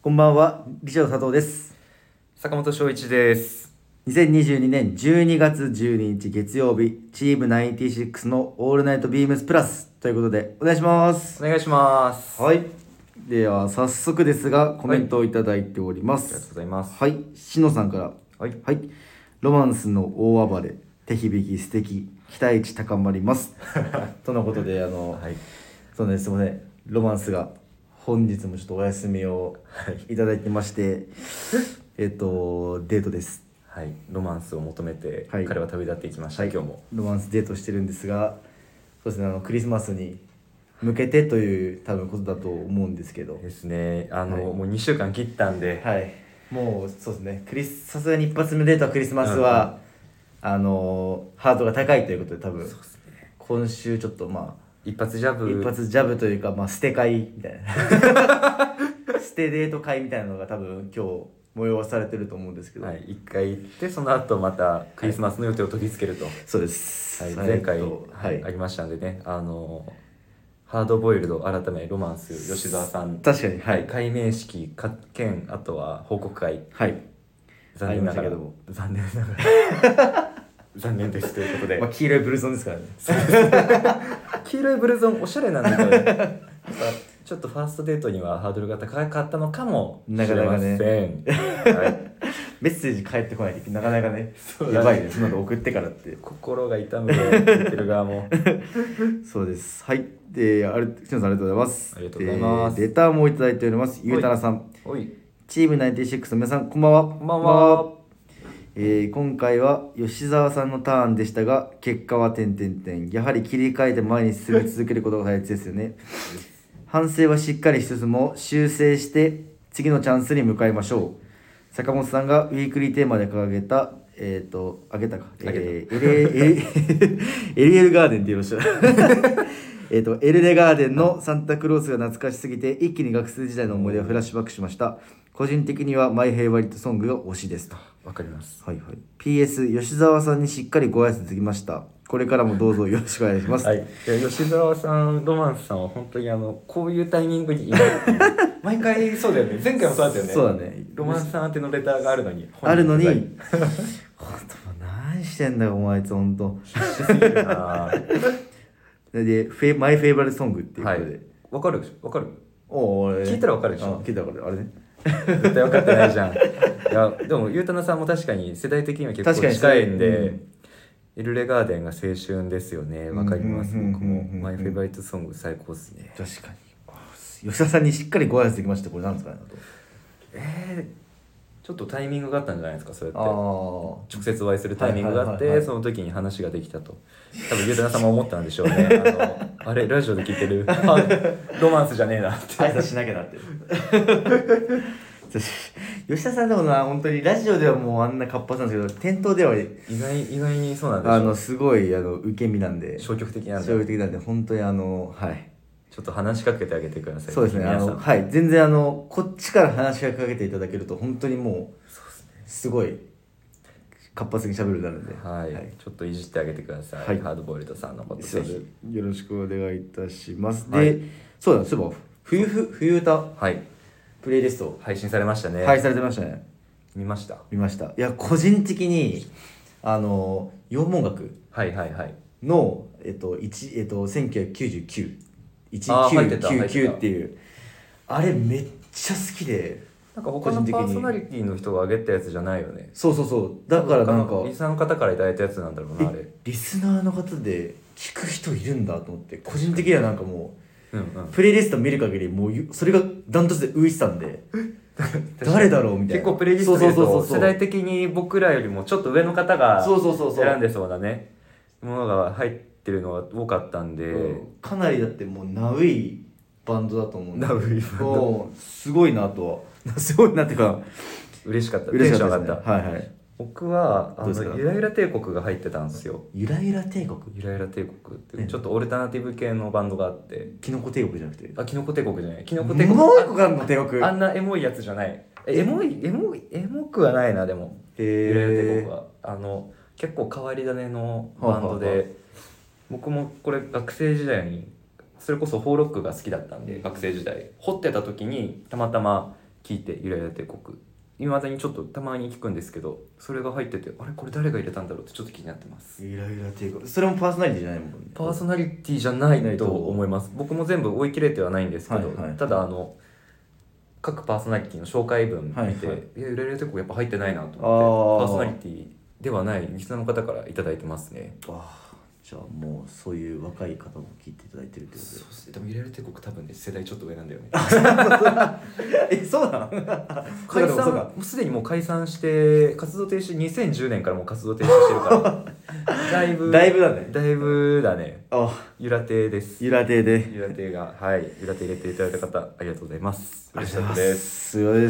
こんばんは、理事長佐藤です。 坂本翔一です。 2022年12月12日月曜日、チーム96のオールナイトビームスプラスということで、お願いします。 お願いします。 はい。では、早速ですが、コメントをいただいております。 ありがとうございます。 はい。しのさんから、 はい。 ロマンスの大暴れ、手響き素敵、期待値高まります。とのことで、 はい。 そうです、すみません。ロマンスが本日もちょっとお休みをいただいてまして、デートです。 はい。ロマンスを求めて、 はい彼は旅立っていきました、今日も。 ロマンスデートしてるんですが、そうですね、クリスマスに向けてという多分ことだと思うんですけど、 ですね。 はいもう2週間切ったんで、 はい、もうそうですね、さすがに一発目デートはクリスマスは、ハードが高いということで多分、今週ちょっと一発ジャブ。 一発ジャブというか、捨て会みたいな捨てデート会みたいなのが多分今日催されてると思うんですけど、 はい。一回行って、その後またクリスマスの予定を取り付けると。 そうです、 はい。前回、 はいありましたんでね、ハードボイルド改めロマンス吉沢さん、 確かに、はい、 改名式兼あとは報告会、 はい残念ながらありま残念ながら残念ですということで、 黄色いブルゾンですからね黄色いブルゾンおしゃれなんだけどねやっぱちょっとファーストデートにはハードルが高かったのかもしれません。はい、 メッセージ返ってこないとなかなかね、 そうだね、 やばいです。その後送ってからって心が痛むで聞いてる側もそうです。はい。で、しのさんありがとうございます。 ありがとうございます。 レターもいただいております。ゆうたなさん。 おい、 チーム96の皆さん、こんばんは。 こんばんは。 今回は吉沢さんのターンでしたが、結果は点々点。やはり切り替えて前に進み続けることが大切ですよね。反省はしっかりしつつも修正して次のチャンスに向かいましょう。坂本さんがウィークリーテーマで掲げた、LL ガーデンって言いましたエルレガーデンのサンタクロースが懐かしすぎて一気に学生時代の思い出をフラッシュバックしました。個人的にはマイフェイバリットソングが推しですと。 わかります。 はいはい。PS 吉沢さんにしっかりご挨拶できました。これからもどうぞよろしくお願いします。 はい。吉沢さん、ロマンスさんは本当にこういうタイミングに毎回そうだよね。前回もそうだったよね。 そうだね。 ロマンスさん宛てのレターがあるのに。 あるのに、本当何してんだよお前いつ本当。 必死すぎるな。 でマイフェイバリットソングっていうことで。 はい。わかるわかる。 俺聞いたらわかるでしょ。 聞いたらわかる。あれね。 絶対分かってないじゃん。いやでもゆうたなさんも確かに世代的には結構近いんで、エルレガーデンが青春ですよね。わかります。僕もマイフェイバリットソング最高ですね。 確かに。吉田さんにしっかりご挨拶できました。これなんですかね。 ちょっとタイミングがあったんじゃないですか。そうやって直接お会いするタイミングがあって、その時に話ができたと多分ゆうたなさんも思ったんでしょうね。あれラジオで聞いてるロマンスじゃねえなって挨拶しなきゃなって吉田さんでもな、本当にラジオではもうあんな活発なんですけど、店頭では意外にそうなんでしょ。 すごい受け身なんで、 消極的なんで、 本当にはいちょっと話しかけてあげてください。 そうですね。はい、全然こっちから話しかけていただけると本当にもうすごい活発に喋るようになるんで、 はい、ちょっといじってあげてください。はい、ハードボイルドさんのことぜひよろしくお願いいたします。で、そうなんですよ。冬歌、プレイリスト配信されましたね。 配信されてましたね。 見ました。 いや個人的に四文学の1999 1999っていうあれめっちゃ好きで、 なんか他のパーソナリティの人が上げたやつじゃないよね。 そうだからなんかリスナーの方からいただいたやつなんだろうな。あれリスナーの方で聞く人いるんだと思って、個人的にはなんかもう、プレイリスト見る限りもうそれがダントツで浮いてたんで誰だろうみたいな。 結構プレイリスト見ると世代的に僕らよりもちょっと上の方が選んでそうなねものが入ってるのが多かったんで、 かなりだってもうナウイバンドだと思うんで、 ナウイバンドすごいなとはすごいなっていうか嬉しかった。 テンション上がった。はいはい。 僕はゆらゆら帝国が入ってたんですよ。 ゆらゆら帝国ってちょっとオルタナティブ系のバンドがあって。 キノコ帝国じゃなくて、 キノコ帝国じゃない、キノコ帝国もう一個があるの帝国、 あんなエモいやつじゃない。エモくはないな。でもゆらゆら帝国は結構変わり種のバンドで、僕もこれ学生時代にそれこそフォーロックが好きだったんで、学生時代掘ってた時にたまたま聞いて、ゆらゆら帝国いまだにちょっとたまに聞くんですけど、それが入ってて、あれこれ誰が入れたんだろうってちょっと気になってます。 ゆらゆら帝国、それもパーソナリティじゃないもんね。 パーソナリティじゃないと思います。僕も全部追い切れてはないんですけど、ただ各パーソナリティの紹介文見て、いやゆらゆら帝国やっぱ入ってないなと思って、パーソナリティではないリスナーの方からいただいてますね。 じゃあもうそういう若い方も聞いていただいてるってことで。 そうですね。でもゆらゆら帝国多分ね世代ちょっと上なんだよね。 そうなん解散もうすでにもう解散して活動停止、2010年からもう活動停止してるからだいぶだね。ゆら亭です。 ゆら亭でゆら亭がゆら亭入れていただいた方ありがとうございます。 嬉しかったです。すごいです。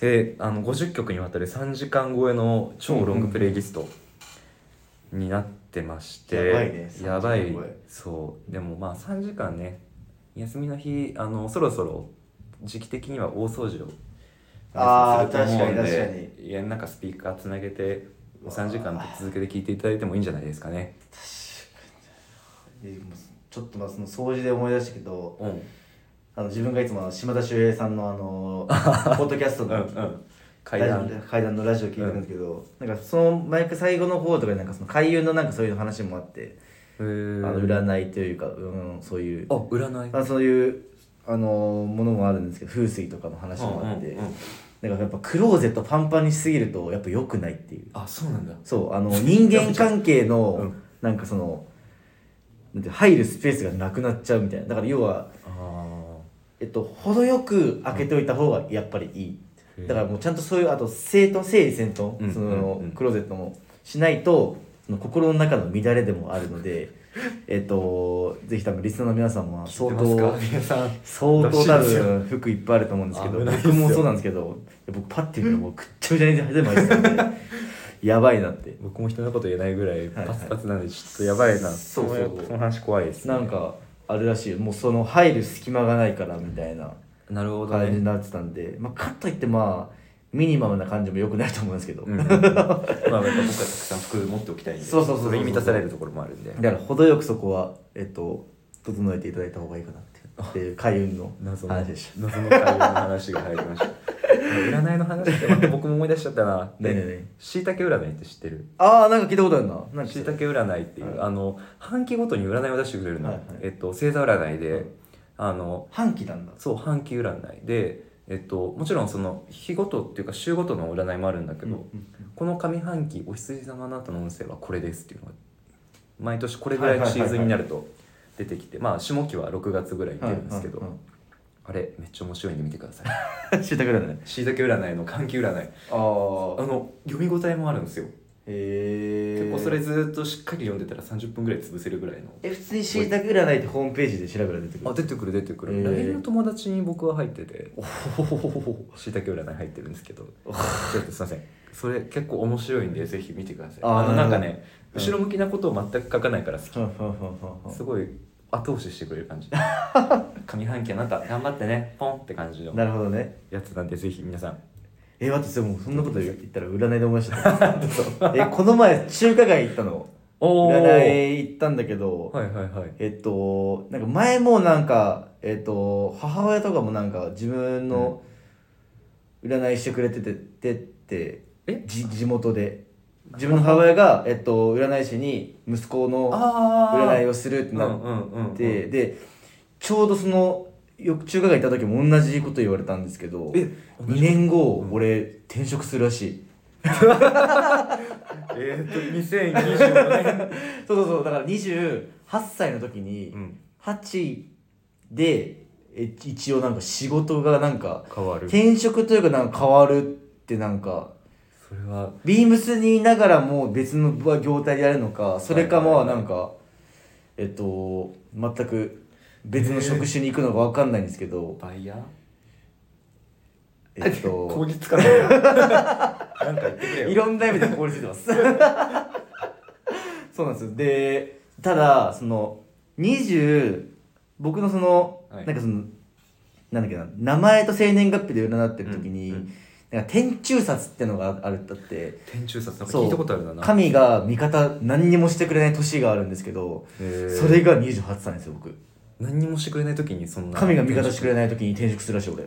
50曲にわたる3時間超えの超ロングプレイリストになってまして、 やばいね。 やばい。そうでもまあ3時間ね、休みの日そろそろ時期的には大掃除をすると思うんで、家の中スピーカーつなげて3時間続けて聴いていただいてもいいんじゃないですかね。 確かに。ちょっとその掃除で思い出したけど、自分がいつも島田秀平さんのポッドキャストの階段のラジオ聞いてるんですけど、なんかその毎回最後の方とかになんかその開運のなんかそういう話もあって、占いというか、そういう占い、 そういうものもあるんですけど、風水とかの話もあって、なんかやっぱクローゼットパンパンにしすぎるとやっぱ良くないっていう。 そうなんだ。 そう人間関係のなんかそのなんて入るスペースがなくなっちゃうみたいな。だから要は程よく開けておいた方がやっぱりいい。だからもうちゃんとそういう整理整頓、そのクローゼットもしないとその心の中の乱れでもあるので、ぜひ多分リスナーの皆さんも相当多分服いっぱいあると思うんですけど、僕もそうなんですけど、僕パッて言うともうくっちゃくちゃに全部入ってたんでやばいなって。 僕も人のこと言えないぐらいパツパツなんでちょっとやばいな。その話怖いですね。 なんかあるらしいよ、もうその入る隙間がないからみたいな感じになってたんで、かといってミニマムな感じも良くないと思うんですけど、 やっぱ僕はたくさん服持っておきたいんで、それに満たされるところもあるんで、 だから程よくそこは整えていただいた方がいいかなっていう開運の話でした。 謎の開運の話が入りました占いの話ってまた僕も思い出しちゃったな。しいたけ占いって知ってる？ なんか聞いたことあるな。 しいたけ占いっていう、半期ごとに占いを出してくれるの。星座占いで、 半期なんだ。 そう、半期占いで、もちろんその日ごとっていうか週ごとの占いもあるんだけど、この上半期お羊座のあなたの運勢はこれですっていうのが毎年これぐらいのシーズンになると出てきて、下期は6月ぐらいに出るんですけど、あれめっちゃ面白いんで見てください。 しいたけ占い。 しいたけ占いの換気占い。読み応えもあるんですよ。結構それずっとしっかり読んでたら30分ぐらい潰せるぐらいの。 普通にしいたけ占いってホームページで調べたら出てくる？ 出てくる。LINE の友達に僕は入ってて、しいたけ占い入ってるんですけど、ちょっとすいません、それ結構面白いんでぜひ見てください。なんかね、後ろ向きなことを全く書かないから好き。すごい後押ししてくれる感じ。上半期あなた頑張ってね、ポンって感じのなるほどねやつなんで、ぜひ皆さん。 私もそんなこと言ったら占いで思いましたこの前中華街行ったの。占い行ったんだけど、なんか前もなんか母親とかもなんか自分の占いしてくれてて、地元で自分の母親が占い師に息子の占いをするってなって、でちょうどその中華街行った時も同じこと言われたんですけど、2年後俺転職するらしい。 2024年そうだから28歳の時に、8で一応なんか仕事がなんか変わる、 転職というかなんか変わるってなんか、 それはビームスにいながらもう別の業態でやるのか、それかなんか全く別の職種に行くのか分かんないんですけど、 バイヤー効率かないなんか言ってくれよ。 いろんな意味で効率ついてますそうなんですよ。でただその僕のその、なんかそのなんだっけな、名前と生年月日で占ってる時に、なんか天中殺ってのがあるって。 天中殺なんか聞いたことあるな。 神が味方何にもしてくれない年があるんですけど、それが28歳なんですよ僕。 何にもしてくれない時にそんな神が味方してくれない時に転職するらしい俺。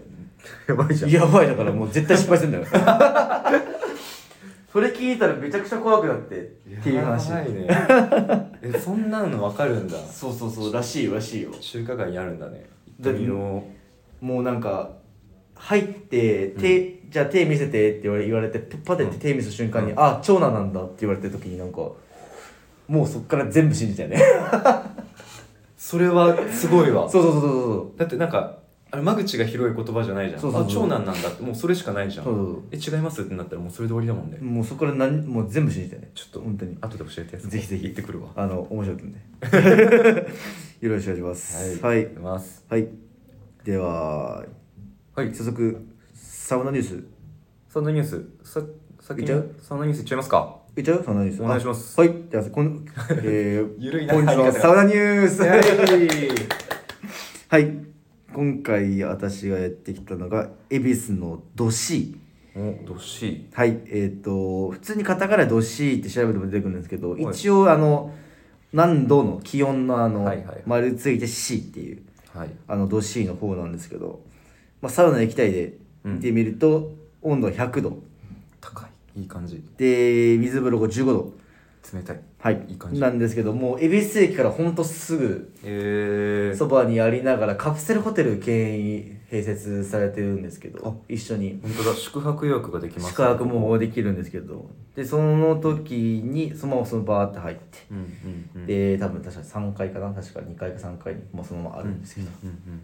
やばいじゃん。 やばいだからもう絶対失敗するんだよそれ聞いたらめちゃくちゃ怖くなってっていう話。 やばいねそんなの分かるんだ。 そうそうそうらしいよ中華街にあるんだね。行ってみよもうなんか入ってじゃあ手見せてって言われてパテって手見せた瞬間に、あ長男なんだって言われた時になんかもうそっから全部信じたよねそれはすごいわ。 そうだってなんかあれ間口が広い言葉じゃないじゃん。 そうあ長男なんだってもうそれしかないじゃん。 そう違いますってなったらもうそれで終わりだもんね。 もうそこからもう全部信じたよね。 ちょっと本当に後で教えてやつぜひぜひ行ってくるわ。 面白かったんでよろしくお願いしますはいありがとうございます。 はいでははい。 早速サウナニュースサウナニュース先にいっちゃうサウナニュースいっちゃいますか。 いっちゃうサウナニュースお願いしますはいじゃあゆるいな本日のサウナニュースはいはい今回私がやってきたのが恵比寿のドシーおどっしり。 はい普通にカタカナでドシーって調べても出てくるんですけど、 はい一応何度の気温のはいはいはい丸ついて C っていうはい。 ド C の方なんですけど、まあ、サウナ液体で見てみると、温度は100度高い。いい感じ。 で水風呂が15度冷たい。 はいいい感じなんですけども恵比寿駅からほんとすぐそばにありながらカプセルホテル併設されてるんですけど一緒に本当だ。宿泊予約ができます。 宿泊もできるんですけどでその時にそのままそのバーって入って、 うんうんうん。 で多分確か3階かな確か2階か3階にもうそのままあるんですけど、 うんうん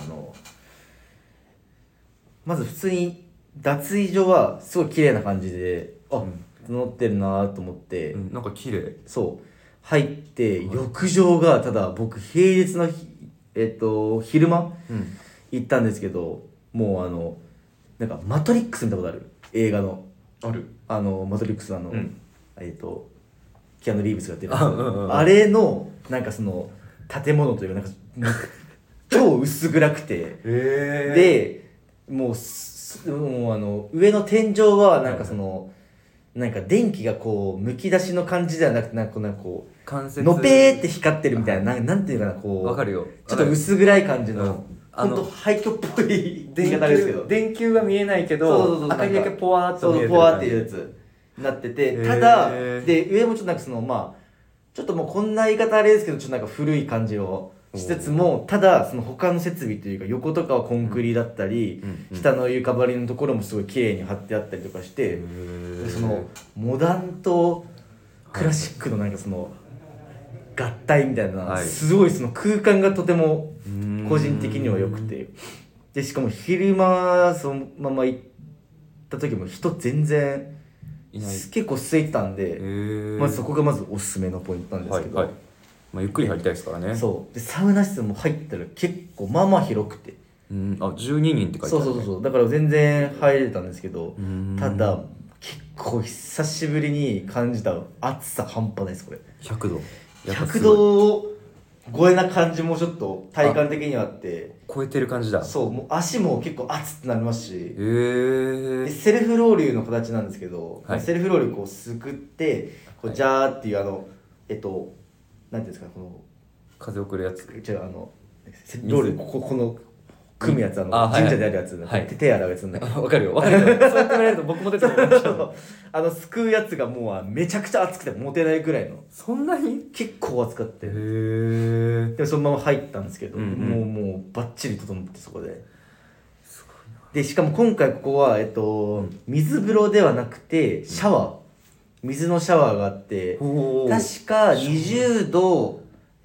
まず普通に脱衣所はすごい綺麗な感じで整ってるなと思って、 うん。なんか綺麗。 そう入って浴場がただ僕平日の昼間うん。 行ったんですけどもうなんかマトリックス見たことある映画のある。 マトリックスんキアヌ・リーブスがやってるやつあうんうんうんあれのなんかその建物というかなんかもう超薄暗くてでもう上の天井はなんかそのなんか電気がこうむき出しの感じではなくてなんかこう関節のぺーって光ってるみたいななんていうかなこうわかるよ。 ちょっと薄暗い感じのうんほんと廃墟っぽい言い方ですけど電球は見えないけそうそうそうど明かりだけポワーっと見えてるポワーっていうやつになっててただで上もちょっとなんかそのまあちょっともうこんな言い方あれですけどちょっとなんか古い感じをしつつもただその他の設備というか横とかはコンクリだったり、下の床張りのところもすごい綺麗に貼ってあったりとかしてでそのモダンとクラシックのなんかその合体みたいな、 はいすごいその空間がとても個人的には良くてでしかも昼間そのまま行った時も人全然いない。 結構空いてたんで、まずそこがまずおすすめのポイントなんですけど、 はいはい。まあゆっくり入りたいですからね。 そうでサウナ室も入ったら結構まあまあ広くてうんあ12人って書いてある、ね。 そうだから全然入れたんですけどんただ結構久しぶりに感じた暑さ半端ないですこれ 100度。やっぱ 100 すごい度超えな感じもちょっと体感的にはあって超えてる感じだ。 そうもう足も結構熱ってなりますしでへえ。 セルフロウリュの形なんですけど、 はいセルフロウリュこうすくってこうジャーっていうなんていうんですかこの風送るやつ。 違うロールこの組むやつあはいはい神社であるやつ、 はい手洗うやつなんだけどわかるよわかるよ。そうやって言われると僕も出てくる。 すくうやつがもうめちゃくちゃ熱くて持てないぐらいのそんなに？ 結構熱かってへえ。 でそのまま入ったんですけど、 うんうんもうバッチリ整ってそこででしかも今回ここは水風呂ではなくてシャワー、水のシャワーがあって確か20度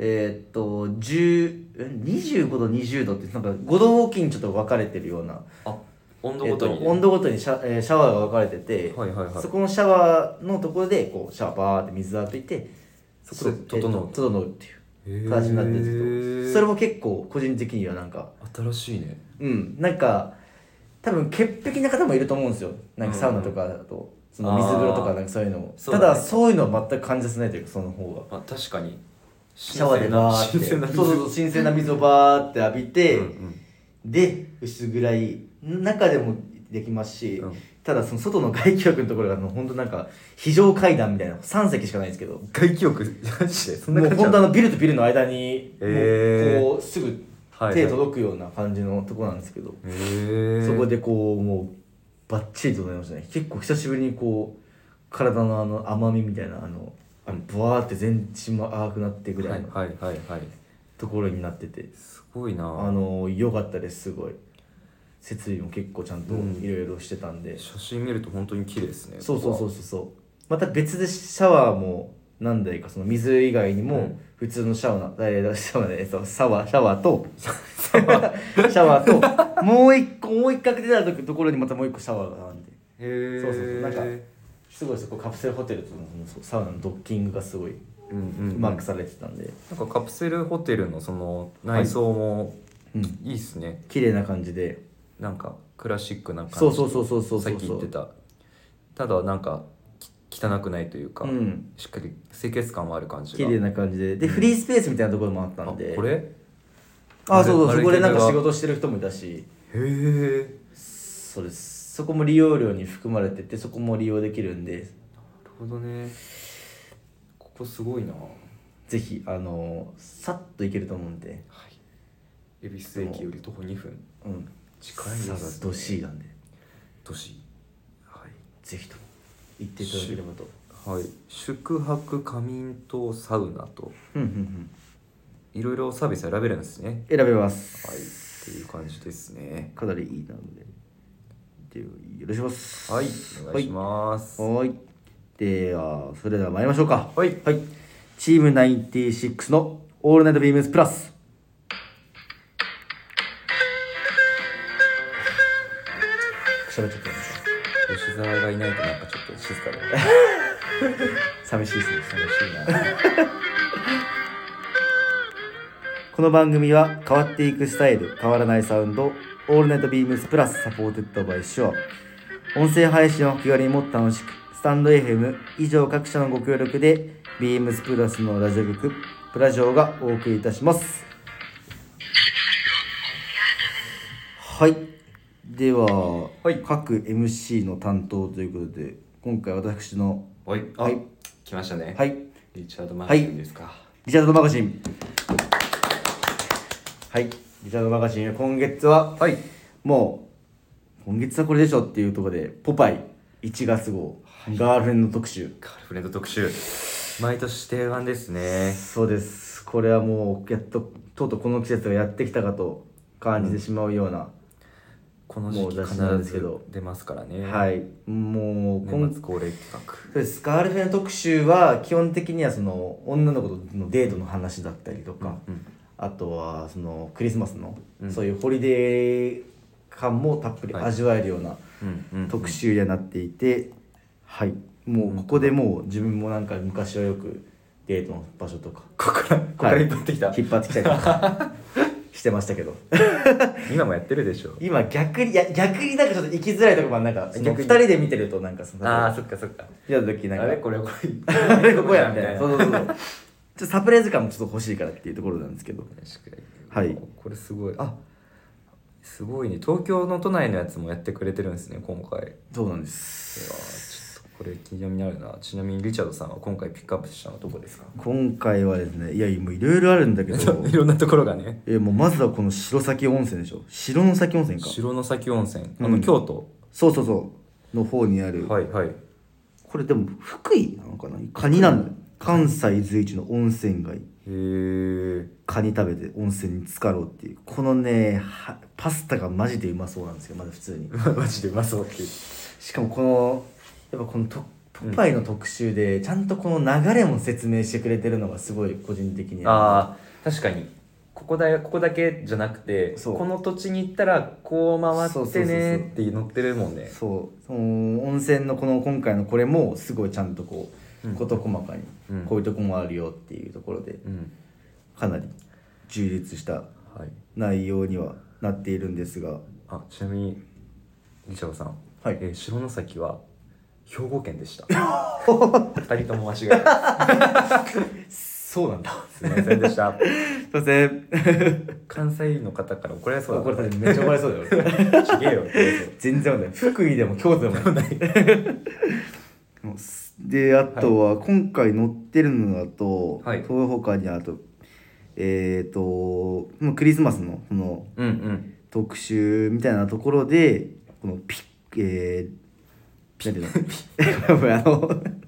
25度20度ってなんか5度おきにちょっと分かれてるようなあ温度ごとに、ね温度ごとにシャワーが分かれてて、 はいはいはい。 そこのシャワーのところでこうシャワーバーって水浴びてそこで整う整うっていうへー形になってるんですけどそれも結構個人的にはなんか新しいね。 なんか多分潔癖な方もいると思うんですよなんかサウナとかだと、その水風呂とかなんかそういうのもそうだねただそういうのは全く感じさせないというかその方があ確かにシャワーでバーって新鮮な水そう新鮮な水をバーって浴びて、 うんうんで薄暗い中でもできますし、 うんただその外の外気浴のところが本当なんか非常階段みたいな3席しかないんですけど外気浴マジでそんなもう感じ本当ビルとビルの間に、 へーもうこうすぐはい手届くような感じのとこなんですけど、 へえ。 そこでこうもうバッチリ整いましたね。結構久しぶりにこう体の甘みみたいなブワーって全身も赤くなってぐらいのはいはいはいはい。 ところになってて、 すごいな。 良かったです。すごい設備も結構ちゃんといろいろしてたんで、 写真見ると本当に綺麗ですね。 そうまた別でシャワーも何台かその水以外にも普通のシャワーシャワーでそうシャワーとシャワーともう一角出たところにまたもう一個シャワーがあるんで、 へえ。 そうなんかすごいそこカプセルホテルとのサウナのドッキングがすごいうまくされてたんで、 なんかカプセルホテルのその内装もいいっすね。 綺麗な感じで、 なんかクラシックな感じ。 そうさっき言ってた。ただなんか汚くないというか、しっかり清潔感もある感じが。 綺麗な感じで、フリースペースみたいなところもあったんで、 これ？ そこでなんか仕事してる人もいたし、 へえ。 そうです。そこも利用料に含まれてて、そこも利用できるんで、 なるほどね。ここすごいな。 ぜひさっと行けると思うんで、 はい。恵比寿駅より徒歩2分。近いですね。 さあドシーなんで、 都市。はい。 ぜひとも行っていただければと。 はい。宿泊仮眠とサウナといろいろサービス選べるんですね。 選べます。 はい。っていう感じですね。 かなりいいなので、よろしくお願いします。 はい。お願いします。 はい。ではそれでは参りましょうか。 はい。 チーム96のオールナイトビームスプラス。喋っちゃってるんですか。 吉沢がいないとなんかちょっと静かで寂しいですね。 寂しいな。 この番組は変わっていくスタイル、変わらないサウンド、オールナイトビームスプラスサポーテッドバイシュア。音声配信を気軽にもっと楽しく、スタンド FM 以上各社のご協力でビームスプラスのラジオ局プラジオがお送りいたします。はい。では、各 MC の担当ということで、今回私の来ましたね。リチャード・マガジンですか。 リチャードマガジン。リチャードマガジン、今月は、もう今月はこれでしょっていうところでポパイ1月号、ガールフレンド特集。 毎年定番ですね。 そうです。これはもうやっととうとうこの季節がやってきたかと感じてしまうような、 この時期必ず出ますからね。 もう年末恒例企画。 そうです。ガールフレンド特集は基本的にはその女の子とのデートの話だったりとか、あとはそのクリスマスのそういうホリデー感もたっぷり味わえるような特集になっていて、もうここでもう自分もなんか昔はよくデートの場所とかここから引っ張ってきたりとかしてましたけど今もやってるでしょ。 今逆になんかちょっと行きづらいところもなんか2人で見てるとなんかそのそっか見た時なんかあれこれここやみたいなそうちょっとサプライズ感もちょっと欲しいからっていうところなんですけど、 確かにこれすごいすごいね。東京の都内のやつもやってくれてるんですね今回。 そうなんです。 ちょっとこれ気になるな。ちなみにリチャードさんは今回ピックアップしたのはどこですか？ 今回はですね、もういろいろあるんだけどいろんなところがね。 もうまずはこの城崎温泉でしょ。城崎温泉か。 城崎温泉、京都。 そうの方にある。これでも福井なのかな。カニなんだよ。関西随一の温泉街。カニ食べて温泉に浸かろうっていう、このねパスタがマジでうまそうなんですよ。まだ普通にマジでうまそうっていう。 しかもこのやっぱこのポパイの特集でちゃんとこの流れも説明してくれてるのがすごい個人的に確かにここだけじゃなくて、この土地に行ったらこう回ってねって載ってるもんね。 その温泉のこの今回のこれもすごいちゃんとこう事細かにこういうとこもあるよっていうところで、かなり充実した内容にはなっているんですが、 ちなみにリチャードさん、城崎は兵庫県でした。2人とも間違えた。 そうなんだ。 すみませんでした。 すいません。 関西の方から怒られそうだ。 これめっちゃ怒られそうだよ。 ちげえよ。 全然ない。福井でも京都でもない。であとは今回載ってるのだと、その他にあともうクリスマスのこのうんうん特集みたいなところでこのなんていうの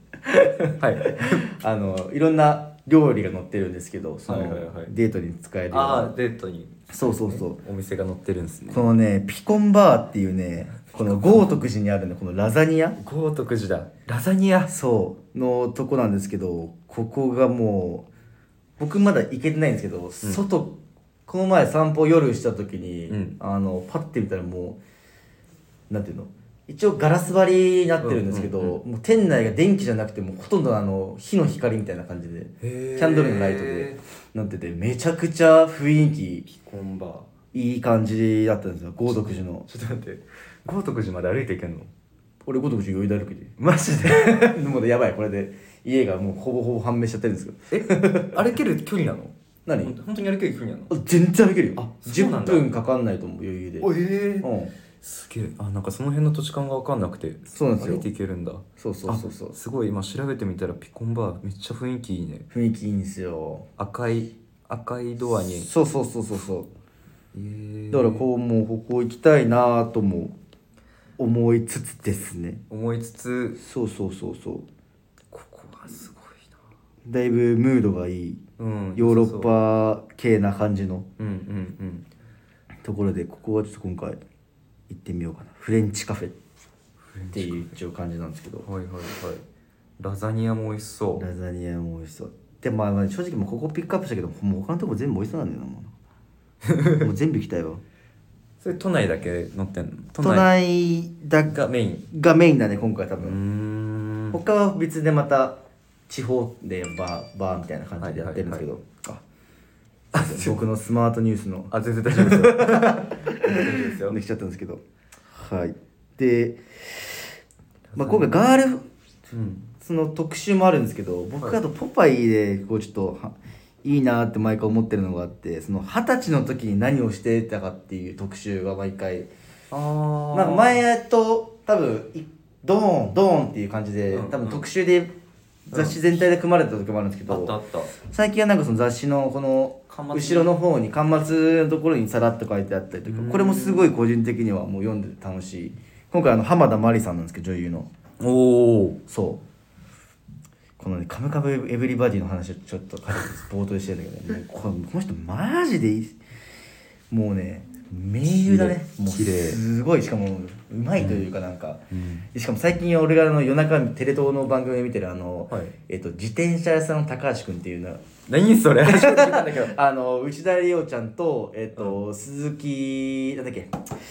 はいいろんな料理が載ってるんですけど、その、 はいはいはいデートに使えるようなああデートにそうそうそうお店が載ってるんですね。 このねピコンバーっていうねこの豪徳寺にあるねこのラザニア豪徳寺だラザニア。 そうのとこなんですけど、ここがもう僕まだ行けてないんですけど、外この前散歩夜した時に、 うんパッて見たらもうなんていうの一応ガラス張りになってるんですけど、 うんうんもう店内が電気じゃなくてもうほとんど火の光みたいな感じでキへーャンドルのライトでなっててめちゃくちゃ雰囲気ピコンバー。 いい感じだったんですよ豪徳寺の。 ちょっと待って豪徳寺まで歩いていけんの？ 俺豪徳寺余裕で歩けてマジでもうねやばいこれで家がもうほぼほぼ判明しちゃってるんですけど歩ける距離なの？ 何本当に歩ける距離なの？ 全然歩けるよ。 あそうなんだ 10分かかんないと思う余裕で。うんすげえ。なんかその辺の土地勘が分かんなくてそうなんですよ歩いていけるんだ。 そうそうそうそうすごい今調べてみたらピコンバーめっちゃ雰囲気いいね。 雰囲気いいんですよ。 赤いドアにそうそうそうそうそうだからこうもうここ行きたいなとも思いつつですね。 思いつつそうそうそうそうここがすごいだいぶムードがいいな。うんヨーロッパ系な感じのうんうんところで、ここはちょっと今回行ってみようかな。フレンチカフェっていう一応感じなんですけど、 はいはいはい。ラザニアも美味しそう。 ラザニアも美味しそう。でまあ正直もうここピックアップしたけどもう他のとこ全部美味しそうなんだよなもうもう全部行きたいわ。 それ都内だけ乗ってんの？ 都内だがメイン。 がメインだね今回多うー分。 ん他は別でまた地方でバーみたいな感じでやってるんですけど、僕のスマートニュースの全然大丈夫ですよ大丈夫ですよ。 できちゃったんですけど、はいで、今回ガールうんその特集もあるんですけど、僕あとポパイでこうちょっといいなって毎回思ってるのがあって、その20歳の時に何をしてたかっていう特集が毎回なんか前多分ドーンっていう感じで、多分特集で雑誌全体で組まれた時もあるんですけど、 あった最近はなんかその雑誌のこの後ろの方に巻末のところにさらっと書いてあったりとか、これもすごい個人的にはもう読んでて楽しい。今回浜田真理さんなんですけど女優のおおそうこのねカムカムエヴリバディの話をちょっと軽く冒頭でしてるんだけど、ね、もうこの人マジでいいもうね名優だね。もう綺麗すごいしかもうまいというかなんか、しかも最近俺が夜中テレ東の番組で見てる自転車屋さんの高橋君っていうの何それ初めて聞いたんだけど内田理央ちゃんと鈴木なんだっけ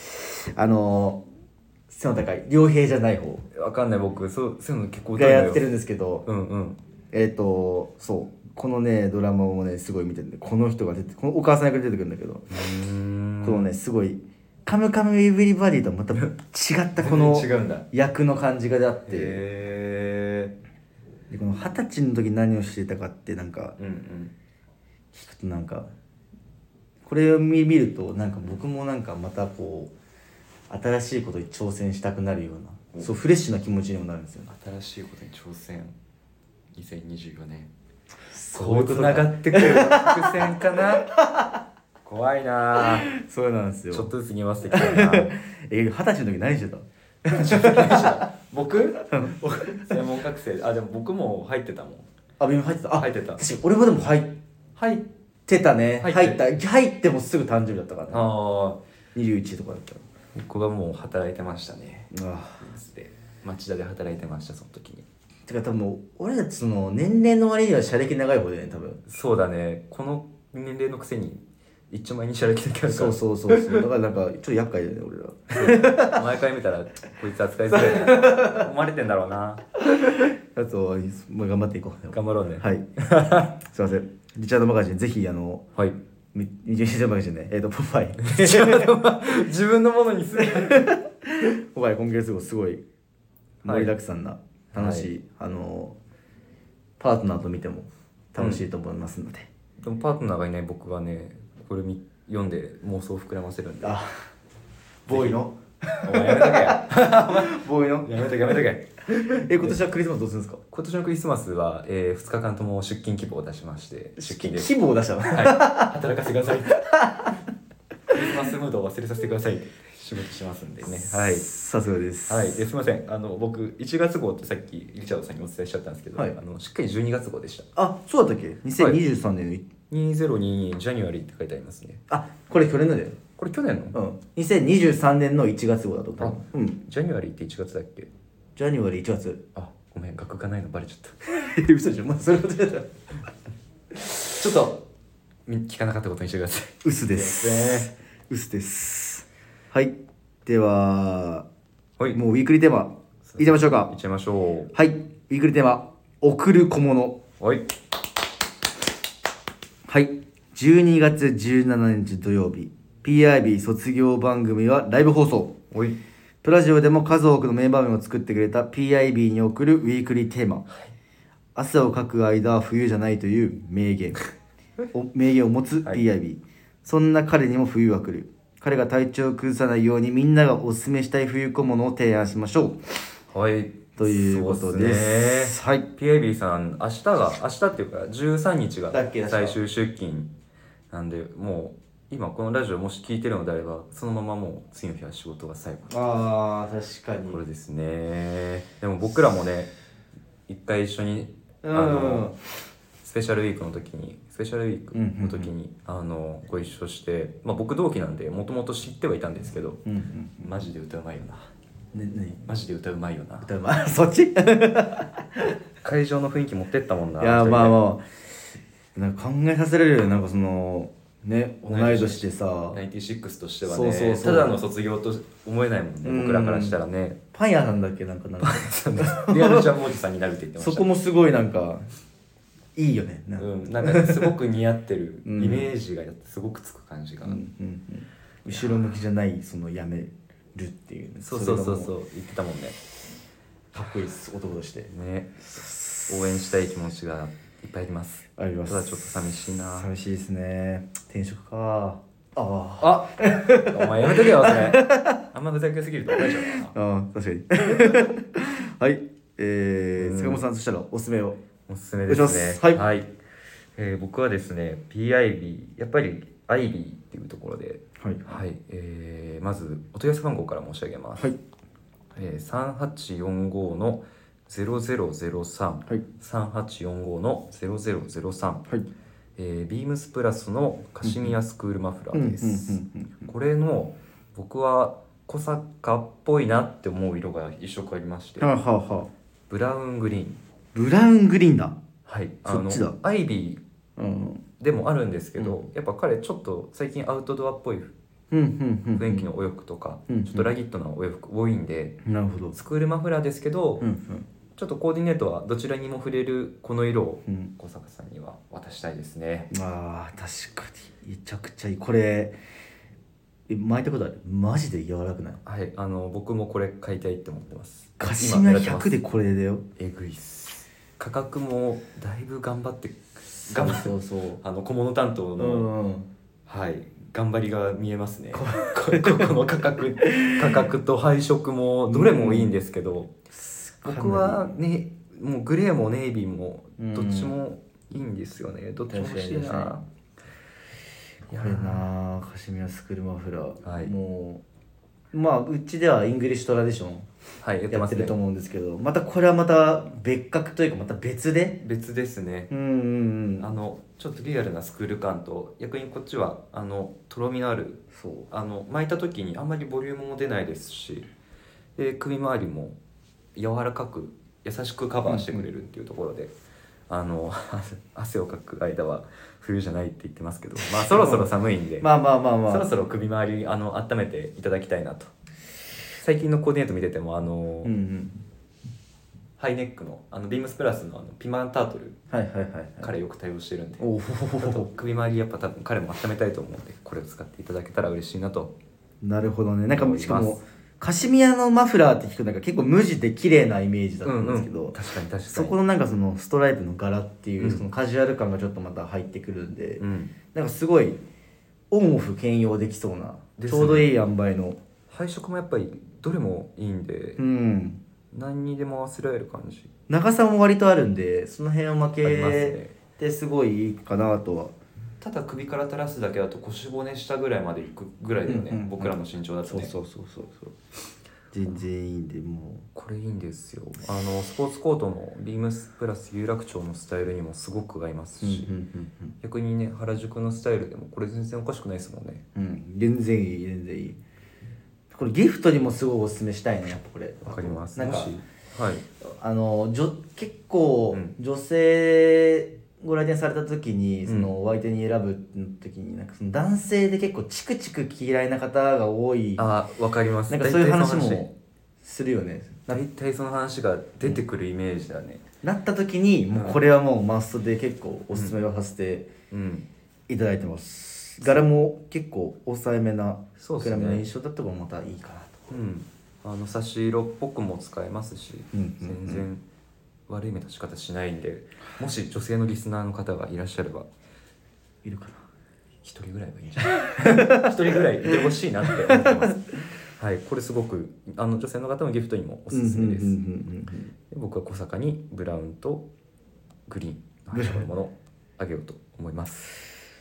背の高い良平じゃない方わかんない僕そういうの結構がやってるんですけど、 うんそうこのねドラマをねすごい見てるんで、この人が出てこのお母さん役で出てくるんだけど、このねすごいカムカムエヴリバディとはまた違ったこの違うんだ役の感じがあって、 へでこの20歳の時何をしていたかってなんかうん聞くとなんかこれを見るとなんか僕もなんかまたこう新しいことに挑戦したくなるような、そうフレッシュな気持ちにもなるんですよね。 新しいことに挑戦2024年そういうことかつながってくる伏線かな怖いなそうなんですよ。 ちょっとずつ匂わせてきたな 20歳の時何してた？ 僕専門学生でも僕も入ってたもん。 病院入ってた。 入ってた。 確かに俺もでも入ってたね。入ってもすぐ誕生日だったからね。21とかだったら。 僕はもう働いてましたね。 あで町田で働いてましたその時に。 てか多分俺たちその年齢の割には社歴長い方だよね多分。 そうだね。この年齢のくせに一丁前に社歴だけあるから。 そうだからなんかちょっと厄介だよね俺ら。 毎回見たらこいつ扱いづらいな思われてんだろうな。 あともう頑張っていこう。 頑張ろうね。 はいすいません。リチャードマガジンぜひはいリチャードマガジンねポパイ自分のものにするポパイ今月号すごい盛りだくさんな楽しい、パートナーと見ても楽しいと思いますので、 でもパートナーがいない僕がねこれ読んで妄想を膨らませるんで。 ボーイのお前やめとけやボーイのやめとけやめとけ。 今年はクリスマスどうするんですか？ 今年のクリスマスは、2日間とも出勤希望を出しまして出勤です。 希望を出したの。 はい、働かせてくださいクリスマスムードを忘れさせてくださいって仕事しますんでね。はい、 さすがです。 はい、ですいません僕1月号ってさっきリチャードさんにお伝えしちゃったんですけど、 はいしっかり12月号でした。 あ、そうだったっけ？2023年の、 2022ジャニュアリーって書いてありますね。 あ、これ去年のだよ。 これ去年の、 2023年の1月号だと思う。 ジャニュアリーって1月だっけ？ ジャニュアリー1月。 あ、ごめん、学がないのバレちゃった嘘でしょ、まあそれほどじゃない。 ちょっと聞かなかったことにしてください。 嘘です嘘です。はい、では、 はい、 もうウィークリーテーマいっちゃいましょうか。 いっちゃいましょはい、ウィークリーテーマ、贈る小物。 う。はい、 はい、12月17日土曜日、 PIB 卒業番組はライブ放送。 はい、 プラジオでも数多くの名場面を作ってくれた PIB に送るウィークリーテーマ、汗をかく間は冬じゃないという名言名言を持つ PIB、そんな彼にも冬は来る。彼が体調を崩さないようにみんながおすすめしたい冬小物を提案しましょう。 はい、 ということです。はい。 PIB さん、明日っていうか13日がだっけ最終出勤なんで、もう今このラジオもし聞いてるのであればそのままもう次の日は仕事が最後。 あー、確かに。 これですね。でも僕らもね、一回一緒にスペシャルウィークの時にご一緒して、まあ、僕同期なんでもともと知ってはいたんですけど、マジで歌うまいよな。マジで歌うまいよな。 歌うまいそっち会場の雰囲気持ってったもんな。 いや、まあまあなんか考えさせられるよ。なんかそのね、同い年でさ、 96としてはそうね、ただの卒業と思えないもんね、僕らからしたらね。 パン屋なんだっけ、なんかリアルジャムおじさんになるって言ってました。 そこもすごいなんかいいよね。 なんかすごく似合ってるイメージがすごくつく感じが、 後ろ向きじゃないそのやめるっていう、ね、 そう言ってたもんね。 かっこいいです、男としてね。応援したい気持ちがいっぱいあります。 あります。 ただちょっと寂しいな。 寂しいですね。転職か。 お前やめとけよそれあんまふざけすぎると怒られちゃうからな。 確かにはい、塚本さん、そしたらおすすめを。 おすすめですね。はい、僕はですね PIB、 やっぱり IB っていうところで、まずお問い合わせ番号から申し上げます。3845の0003、3845の0003、ビームスプラスのカシミヤスクールマフラーです。これの僕は小坂っぽいなって思う色が一色ありまして、ブラウングリーン。 ブラウングリーンだ。 はい、 そっちだ。 アイビーでもあるんですけど、やっぱ彼ちょっと最近アウトドアっぽい雰囲気のお洋服とか、ちょっとラギットなお洋服多いんで、 なるほど。 スクールマフラーですけど、ちょっとコーディネートはどちらにも触れるこの色を小坂さんには渡したいですね。 あー、確かにめちゃくちゃいい。これ巻いたことある？マジで柔らかくない？ はい、僕もこれ買いたいって思ってます。 カシミヤ100でこれだよ。 えぐいっす。価格もだいぶ頑張ってそう小物担当の、頑張りが見えますね。この価格と配色もどれもいいんですけど、僕はね、もうグレーもネイビーもどっちもいいんですよね。どっちも欲しいな。 これな、カシミヤスクールマフラー、もうまあうちではイングリッシュトラディションやってると思うんですけど、またこれはまた別格というかまた別ですね。ちょっとリアルなスクール感と、逆にこっちはとろみのある、巻いた時にあんまりボリュームも出ないですし、で首周りも柔らかく優しくカバーしてくれるっていうところで、汗をかく間は冬じゃないって言ってますけど、まあそろそろ寒いんでそろそろ首周り温めていただきたいなと。最近のコーディネート見ててもハイネックのビームスプラスのピマンタートル、彼よく対応してるんで、首周りやっぱ多分彼も温めたいと思うんで、これを使っていただけたら嬉しいなと。 なるほどね。なんかしかもカシミヤのマフラーって聞くなんか結構無地で綺麗なイメージだったんですけど、 確かにそこのなんかそのストライプの柄っていうそのカジュアル感がちょっとまた入ってくるんで、なんかすごいオンオフ兼用できそうな、ちょうどいい塩梅の配色もやっぱりどれもいいんで、 うん、 何にでも合わせられる感じ長さも割とあるんで、その辺を負ありますけね。 てすごいいいかなとは。 ただ首から垂らすだけだと腰骨下ぐらいまでいくぐらいだよね、 うんうんうん僕らの身長だとね。 そう全然いいんで、もこれいいんですよ。スポーツコートのビームスプラス有楽町のスタイルにもすごく合いますう、 し、逆にね原宿のスタイルでもこれ全然おかしくないですもんね。 全然いい。これギフトにもすごいおすすめしたいね、やっぱこれ。 わかります。 なんかもしはい結構、 うん女性ご来店された時に、 んそのお相手に選ぶ時に、なんかその男性で結構チクチク嫌いな方が多い、 あわかります。 なんかそういう話大体もするよね。 大体その話が出てくるイメージだね。 なった時にもうこれはもうマストで結構おすすめをさせてうんいただいてます。柄も結構抑えめなそうですね暗めな印象だったのもまたいいかなと。 差し色っぽくも使えますし、 うん全然悪い目立ち方しないんで、もし女性のリスナーの方がいらっしゃればいるかな。 一人ぐらいはいいんじゃない一人ぐらいいてほしいなって思ってますはいこれすごく女性の方のギフトにもおすすめです。で僕は小坂にブラウンとグリーンの配色のものをあげようと思います。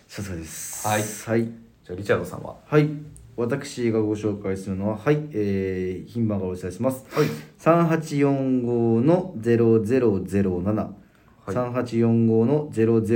さすがです。 はいはい。 じゃあリチャードさんは。 はい。私がご紹介するのは、はい、品番がお伝えします。 はい 3845の0007、 はい 3845の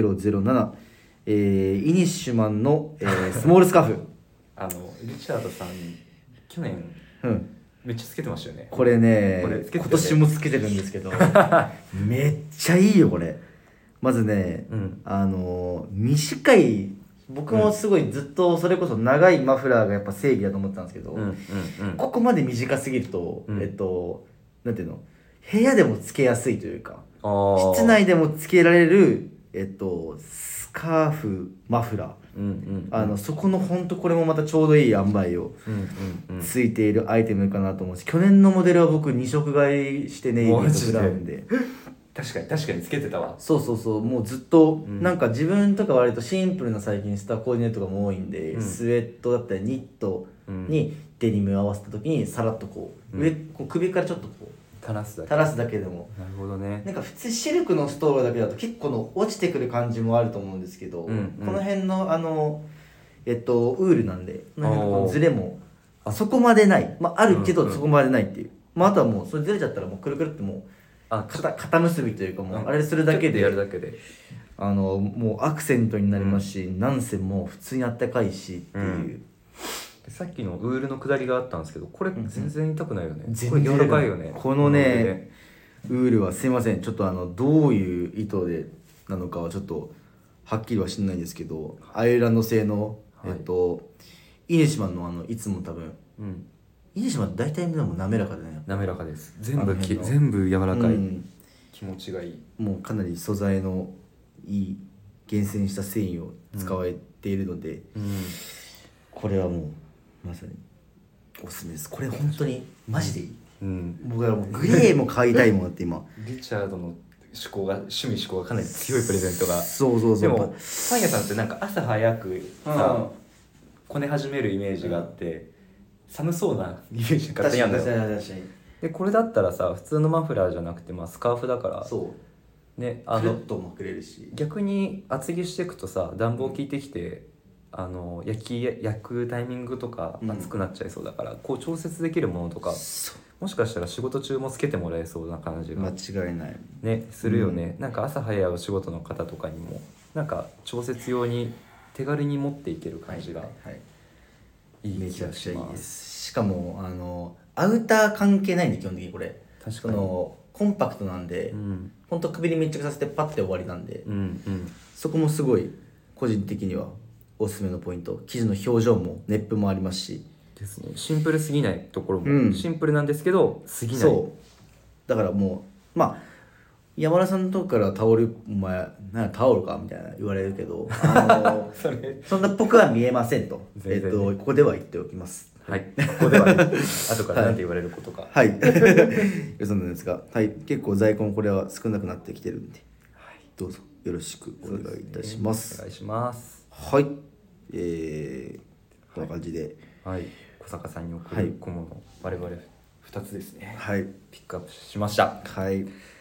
0007、イニッシュマンの、スモールスカーフ。 リチャードさん去年うん。 めっちゃつけてましたよね。 これね、 これつけてたね今年もつけてるんですけど、めっちゃいいよ、これ。まずね、短い、僕もすごいずっとそれこそ長いマフラーがやっぱ正義だと思ってたんですけど、ここまで短すぎると、 うんなんていうの、部屋でもつけやすいというか、 室室内でもつけられる、スカーフ、マフラー。そこのほんとこれもまたちょうどいい塩梅をついているアイテムかなと思うし、去年のモデルは僕2色買いしてネイビーとブラウンで。 確かにつけてたわ。 そうもうずっと、なんか自分とか割とシンプルな最近スターコーディネートがも多いんで、スウェットだったりニットにデニムを合わせた時にさらっとこう、こう首からちょっとこう垂らすだけでも。 なるほどね。 なんか普通シルクのストールだけだと結構の落ちてくる感じもあると思うんですけど、この辺のウールなんで、この辺のズレもそこまでない、あるけどそこまでないっていう、あとはもうそれずれちゃったらもうくるくるってもう肩結びというか、もうあれするだけでやるだけでもうアクセントになりますし、なんせもう普通にあったかいしっていう、 さっきのウールの下りがあったんですけど、これ全然痛くないよね。 全然これ柔らかいよね。 このねウールはすいません、ちょっとどういう意図でなのかはちょっとはっきりは知らないんですけど、アイルランド製のイニシマンのいつも多分、イニシマン大体でも滑らかでね、 滑らかです。全部柔らかい、気持ちがいい。 もうかなり素材のいい厳選した繊維を使われているので、これはもうまさにおすすめです。これ本当にマジでいい。僕はもうグレーも買いたいもんだって今。 リチャードの趣味思考がかなり強いプレゼントが。 そうでもパン屋さんってなんか朝早くさ、こね始めるイメージがあって、寒そうなイメージが勝手にあるんだよ。でこれだったらさ、普通のマフラーじゃなくてスカーフだから、 そうね、 くるっとまくれるし、 逆に厚着していくとさ、暖房効いてきて、焼くタイミングとか暑くなっちゃいそうだから、こう調節できるものとか、もしかしたら仕事中もつけてもらえそうな感じが間違いないねするよね。なんか朝早いお仕事の方とかにもなんか調節用に手軽に持っていける感じがいい気がします。 しかもアウター関係ないんで、基本的にこれ確かにコンパクトなんで、ほんと首に密着させてパッて終わりなんで、そこもすごい個人的にはおすすめのポイント。生地の表情もネップもありますしですね。シンプルすぎないところも、シンプルなんですけどすぎない。 そうだからもう山田さんのとこからタオル、お前何タオルかみたいな言われるけど、そんなっぽくは見えませんと、ここでは言っておきます。 はい、ここではね後から何て言われることかはいそうなんですが、結構在庫もこれは少なくなってきてるんで、どうぞよろしくお願いいたします。 お願いします。 はい、こんな感じで、 こ保坂さんに送はいる小物、我々2つですね、 はいピックアップしました。 はい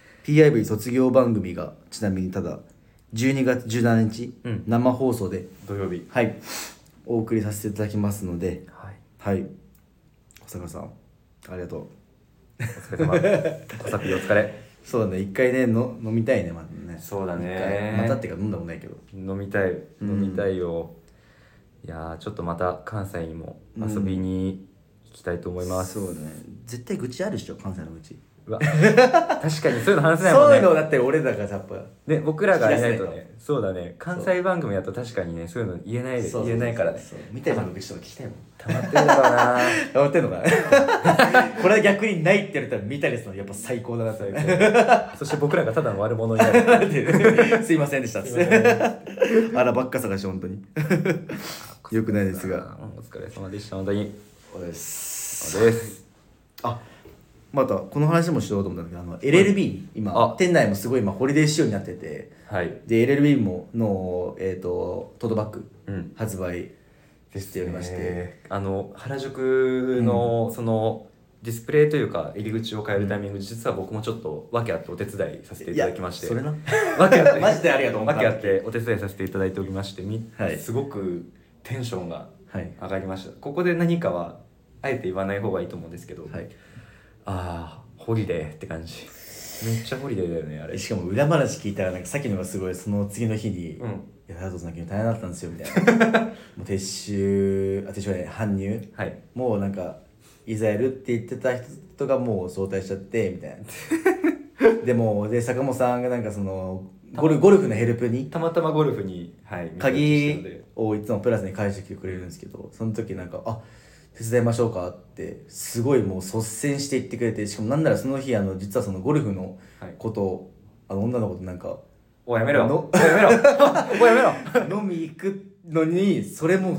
PIV 卒業番組がちなみにただ12月17日、生放送で土曜日、 はいお送りさせていただきますので、 はいはい保坂さんありがとう。 お疲れ様小作お疲れ。 そうだね一回ねの飲みたいねまたね。 そうだね一回またっていうか飲んだもんないけど飲みたいよ、いやーちょっとまた関西にも遊びに行きたいと思います、 そうね絶対愚痴あるっしょ関西の愚痴。 うわ確かにそういうの話せないもんね。 そういうのだって俺らがやっぱね、僕らがいないと引き出せないね、そうだね、関西番組だと確かにね、そういうの言えないそう言えないからね。 そうみたいな愚痴とか聞きたいもん。 溜まってるだろうな溜まってんのかなこれは逆にないって言われたら見たりするのやっぱ最高だなってそして僕らがただの悪者になるすいませんでしたっつっすいませてあらばっか探し本当によくないですがお疲れ様でした、本当に。 おですそうです。 あまたこの話もしようと思ったんだけどLLB 今あ店内もすごい今ホリデー仕様になっててはい。 で LLB ものトートバッグうん。 発売しておりまして、 原宿のそのディスプレイというか入り口を変えるタイミング、実は僕もちょっと訳あってお手伝いさせていただきまして、 いやそれな訳あってマジでありがとう訳あってお手伝いさせていただいておりまして、 はいすごくテンションがはい上がりました。ここで何かはあえて言わない方がいいと思うんですけど、 はいああホリデーって感じ。めっちゃホリデーだよねあれ。 しかも裏話聞いたらなんかさっきのがすごいその次の日にうん。 いや、佐藤さん昨日大変だったんですよみたいなもう撤収じゃない搬入はい。 もうなんかいざやるって言ってた人がもう早退しちゃってみたいなで坂本さんがなんかそのゴルフのヘルプにたまたまゴルフに、はい、 鍵をいつもプラスに返してきてくれるんですけど、その時なんか手伝いましょうかってすごいもう率先して言ってくれて、しかもなんならその日実はそのゴルフのことを、女の子となんかおいやめろおいやめろおいやめろ飲み行くのにそれもう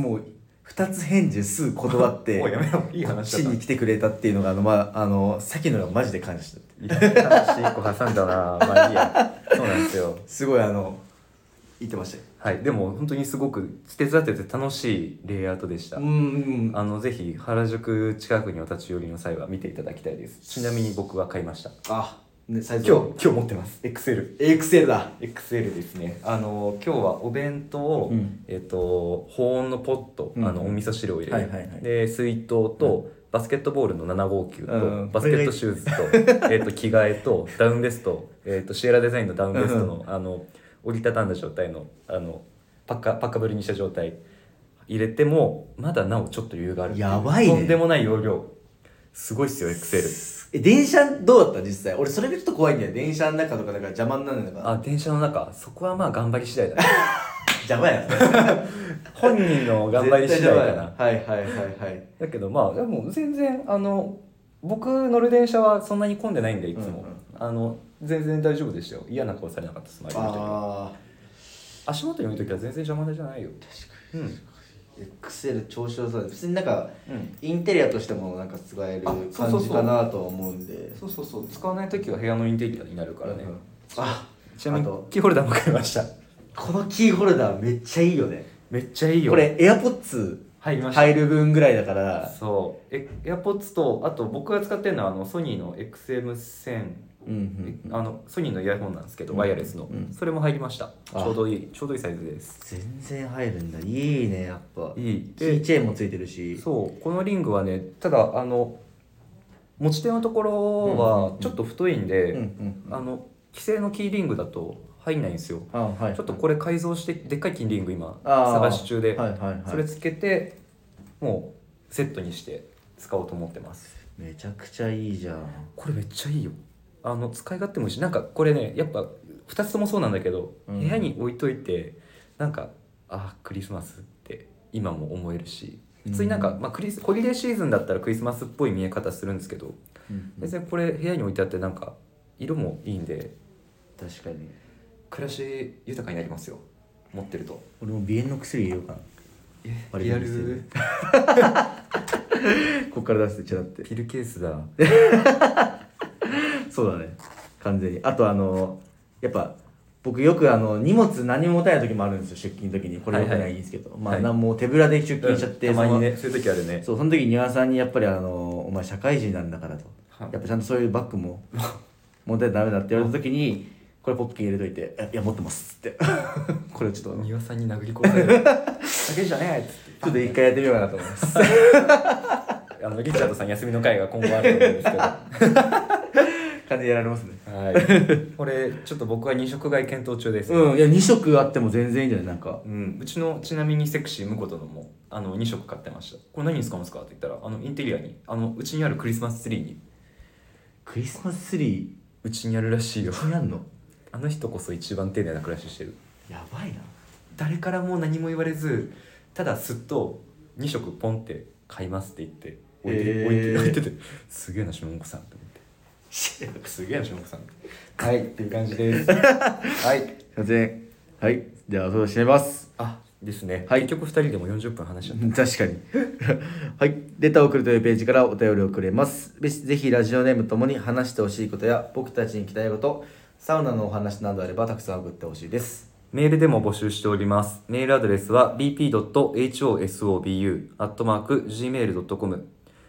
2つ返事すぐ断っておいやめろいい話だしに来てくれたっていうのがさっきのがマジで感謝したっていい話一個挟んだなまあいいや。そうなんですよ。 すごい言ってましたよ。 はい、でも本当にすごく手伝ってて楽しいレイアウトでした。ぜひ原宿近くにお立ち寄りの際は見ていただきたいです。ちなみに僕は買いました。 サイズ今日持ってます。 XL だ。 XL ですね。今日はお弁当、保温のポット、お味噌汁を入れる、で水筒と、バスケットボールの759と、バスケットシューズと着替えとダウンベスト、シエラデザインのダウンベストの、折りたたんだ状態のパッカぶりにした状態入れてもまだなおちょっと余裕がある。 やばいね。 とんでもない容量。すごいっすよ XL。 電車どうだった実際。俺それがちょっと怖いんだよ。電車の中とかだから邪魔になるのか。 電車の中、そこはまあ頑張り次第だね邪魔や本人の頑張り次第かな。 はいだけどまあでも全然僕乗る電車はそんなに混んでないんでいつも、全然大丈夫でしたよ。嫌な顔されなかったです。周りの人に足元に置いときは全然邪魔じゃないよ。確かに、 XL 調子良さで普通になんか、インテリアとしてもなんか使える感じかなとは思うんで、 そう使わないときは部屋のインテリアになるからね。ちなみにキーホルダーも買いました。 このキーホルダーめっちゃいいよね。 めっちゃいいよ。 これ AirPods 入りました。 入る分ぐらいだから。 そう。AirPods とあと僕が使ってるのはソニーの XM1000、ソニーのイヤホンなんですけど、ワイヤレスの、それも入りました。ちょうどいいサイズです。 全然入るんだ。いいねやっぱ。 いい。 キーチェーンもついてるし。 そうこのリングはね、ただ持ち手のところはちょっと太いんで、既製のキーリングだと入んないんですよ。ちょっとこれ改造してでっかいキーリング今探し中で、それつけてもうセットにして使おうと思ってます。 めちゃくちゃいいじゃん。 これめっちゃいいよ。使い勝手もいいし、なんかこれねやっぱ2つともそうなんだけど、部屋に置いといてなんかクリスマスって今も思えるし、普通になんか、ホリデーシーズンだったらクリスマスっぽい見え方するんですけど、別にこれ部屋に置いてあってなんか色もいいんで、 確かに暮らし豊かになりますよ、持ってると。 俺も鼻炎の薬入れようかな。 リアルこっから出してちゃらってピルケースだそうだね完全に。あとやっぱ僕よく荷物何も持たない時もあるんですよ、出勤の時に。これよくないんですけど、まあ何も手ぶらで出勤しちゃって、 たまにねそういう時あるね。 そう、その時庭さんにやっぱりお前社会人なんだからと、 はいやっぱちゃんとそういうバッグも持ってダメだって言われた時に、これポッケに入れといて、いや持ってますっつってこれちょっと庭さんに殴り殺される酒じゃねえっつってちょっと一回やってみようかなと思いますリチャードさん休みの会が今後あると思うんですけど感じでやられますね。 はいこれちょっと僕は2食買い検討中です、 うん、いや2色あっても全然いいんじゃないなんか。 うちのちなみにセクシー婿殿も2色買ってました。これ何に使うんですかって言ったらインテリアにうちにあるクリスマスツリーにクリスマスツリうちにあるらしいよーにあんの？ あの人こそ一番丁寧な暮らししてる。 やばいな。 誰からも何も言われずただすっと2色ポンって買いますって言って置いててすげえな下子さんって思ってすげえな下子さんはいっていう感じですはいすいません。はい、ではそれを締めます。 ですね、 はい結局2人でも40分話しちゃった確かにはいレターを送るというページからお便りをくれます。ぜひラジオネームともに話してほしいことや僕たちに聞きたいこと、サウナのお話などあればたくさん送ってほしいです。 メールでも募集しております。メールアドレスは bp.hosobu@gmail.com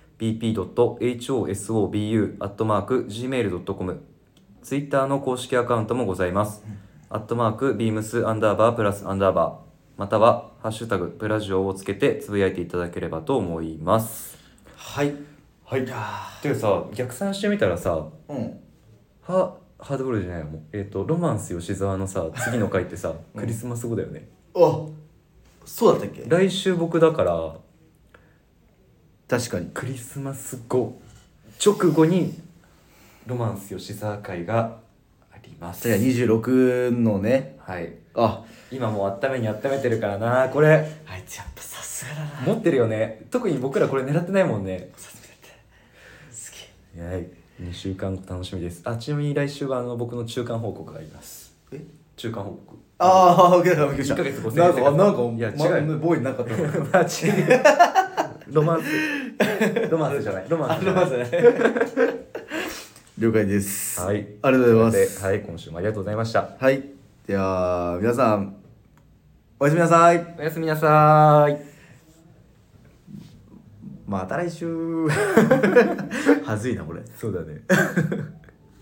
bp.hosobu@gmail.com ツイッターの公式アカウントもございます。@beams_+_またはハッシュタグプラジオをつけてつぶやいていただければと思います。 はいはい。てかさ、逆算してみたらさ、 うんハードボールじゃないよもうロマンス吉沢のさ次の回ってさ、クリスマス後だよね。 あそうだったっけ。 来週僕だから確かにクリスマス後直後にロマンス吉沢会があります。 じゃあ26のね。 はいあ今もう温めてるからな。これあいつやっぱさすがだな。 持ってるよね。特に僕らこれ狙ってないもんね。 すげえ。 はい2週間楽しみです。ちなみに来週は僕の中間報告があります。中間報告ああ、びっくりした。 1ヶ月5000 なんか、 いや違うボーイなかったの。 マジロマンスじゃないロマンスじゃない了解です。 はいありがとうございます。 はい今週もありがとうございました。 はい。では、皆さん、おやすみなさい。 おやすみなさーい。 また来週。はずいな、これ。 そうだね